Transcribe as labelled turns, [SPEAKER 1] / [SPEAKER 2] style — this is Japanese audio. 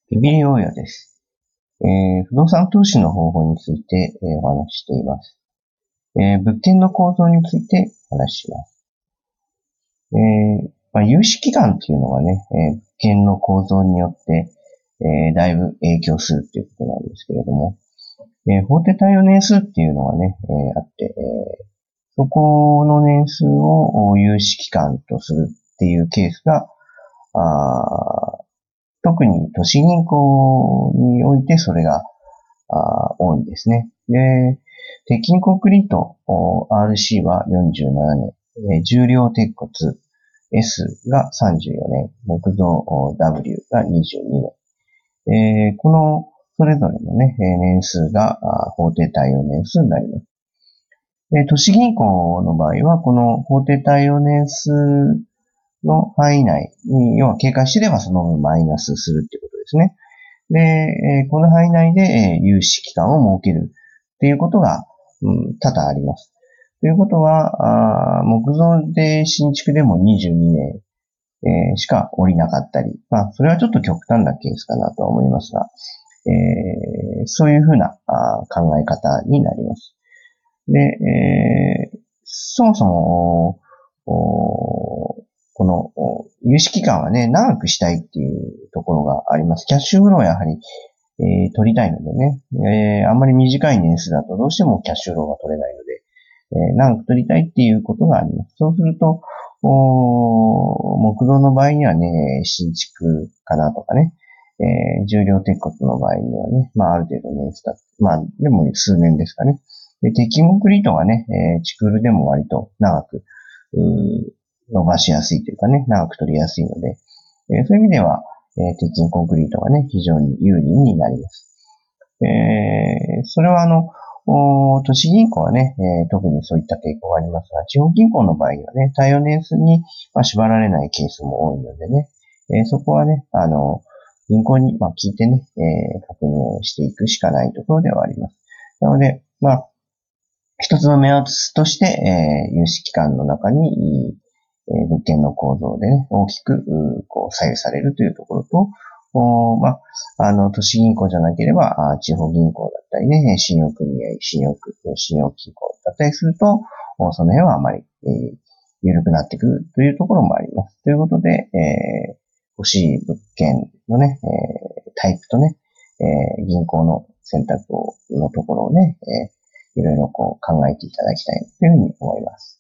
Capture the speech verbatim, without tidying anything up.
[SPEAKER 1] ビビリオーヤです。えー、不動産投資の方法について、えーお話ししています。えー、物件の構造についてお話しします。えーまあ、融資期間っていうのはね、えー物件の構造によって、えーだいぶ影響するっていうことなんですけれども、えー法定耐用年数っていうのがね、えーあって、えーそこの年数を融資期間とするっていうケースが、あー特に都市銀行においてそれがあ多いですね。で、鉄筋コンクリート アールシー はよんじゅうななねん、えー重量鉄骨 S がさんじゅうよねん、木造 W がにじゅうにねん。えーこのそれぞれのね、年数があ法定耐用年数になります。で都市銀行の場合は、この法定耐用年数の範囲内に、要は経過していればその分マイナスするっていうことですね。で、えーこの範囲内で、えー融資期間を設けるっていうことが、うん、多々あります。ということは、あ木造で新築でもにじゅうにねん、えーしか降りなかったり、まあ、それはちょっと極端なケースかなとは思いますが、えーそういうふうなあ考え方になります。で、えーそもそも、おこのお融資期間はね、長くしたいっていうところがあります。キャッシュフローをやはり、えー取りたいのでね、えーあんまり短い年数だとどうしてもキャッシュフローが取れないので、えー長く取りたいっていうことがあります。そうすると、お木造の場合にはね、新築かなとかね、えー重量鉄骨の場合にはね、まあある程度年数だ、まあでも数年ですかね。で、鉄筋コンクリートはね、えー、チクールでも割と長く、うー伸ばしやすいというかね、長く取りやすいので、えーそういう意味では、えー鉄筋コンクリートがね、非常に有利になります。えーそれはあの、お都市銀行はね、えー特にそういった傾向がありますが、地方銀行の場合にはね、耐用年数に、まあ、縛られないケースも多いのでね、えーそこはね、あの、銀行に、まあ、聞いてね、えー確認をしていくしかないところではあります。なので、まあ、一つの目安として、えー融資期間の中に、えー物件の構造でね、大きく、うこう、左右されるというところと、おまあ、あの、都市銀行じゃなければ、あ地方銀行だったりね、信用組合、信用く、信用金庫だったりすると、おその辺はあまり、えー緩くなってくるというところもあります。ということで、えー欲しい物件のね、えータイプとね、えー銀行の選択をのところをね、えーいろいろこう考えていただきたいというふうに思います。